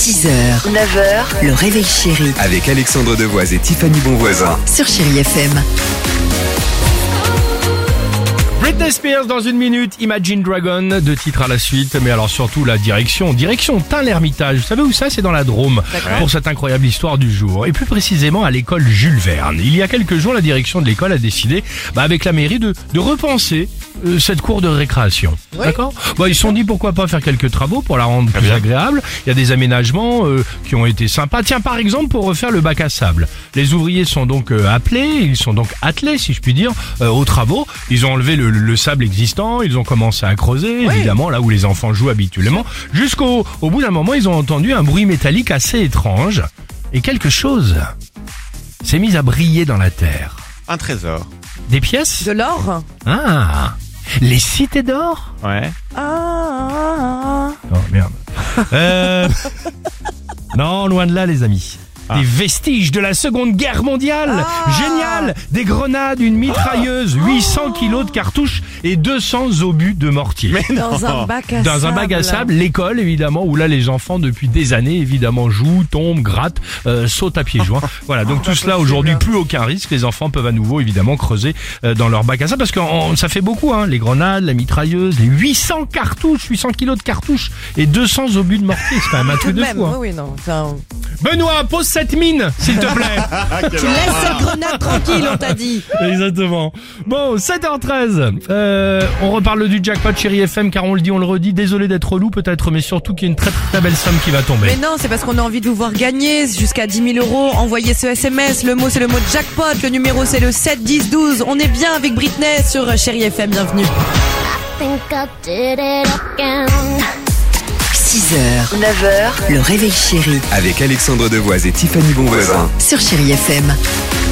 6h, 9h, le réveil chéri Avec Alexandre Devoise et Tiffany Bonvoisin. sur Chéri FM. Britney Spears dans une minute, Imagine Dragon, 2 titres à la suite, mais alors surtout la direction Tain-l'Hermitage. Vous savez où ça? C'est dans la Drôme, pour cette incroyable histoire du jour. Et plus précisément à l'école Jules Verne. Il y a quelques jours, la direction de l'école a décidé, avec la mairie, de repenser cette cour de récréation. Oui. D'accord? Ils se sont dit pourquoi pas faire quelques travaux pour la rendre plus agréable. Il y a des aménagements qui ont été sympas. Tiens, par exemple, pour refaire le bac à sable. Les ouvriers sont donc ils sont donc attelés, si je puis dire, aux travaux. Ils ont enlevé le sable existant, ils ont commencé à creuser, évidemment, là où les enfants jouent habituellement. Jusqu'au bout d'un moment, ils ont entendu un bruit métallique assez étrange. Et quelque chose s'est mis à briller dans la terre. Un trésor. Des pièces? De l'or? Ah! Les cités d'or? Ouais. Oh merde. Non, loin de là, les amis. Des vestiges de la Seconde Guerre mondiale. Génial. Des grenades, une mitrailleuse, 800 kilos de cartouches et 200 obus de mortier. Dans un bac à sable. Dans un bac à sable, l'école évidemment, où là les enfants depuis des années évidemment jouent, tombent, grattent, sautent à pieds joints. Voilà, donc tout cela aujourd'hui, plus aucun risque. Les enfants peuvent à nouveau évidemment creuser dans leur bac à sable, parce que ça fait beaucoup, les grenades, la mitrailleuse, les 800 cartouches, 800 kilos de cartouches et 200 obus de mortier. C'est quand même un truc de fou. Oui, non. Benoît, pose cette mine, s'il te plaît. Tu laisses cette grenade tranquille, on t'a dit. Exactement. Bon, 7h13. On reparle du jackpot Chéri FM, car on le dit, on le redit. Désolé d'être relou peut-être, mais surtout qu'il y a une très très belle somme qui va tomber. Mais non, c'est parce qu'on a envie de vous voir gagner jusqu'à 10 000 €. Envoyez ce SMS. Le mot, c'est le mot jackpot. Le numéro, c'est le 7 10 12. On est bien avec Britney sur Chéri FM. Bienvenue. 6h, 9h, le réveil chéri Avec Alexandre Devoise et Tiffany Bonvoisin. sur Chéri FM.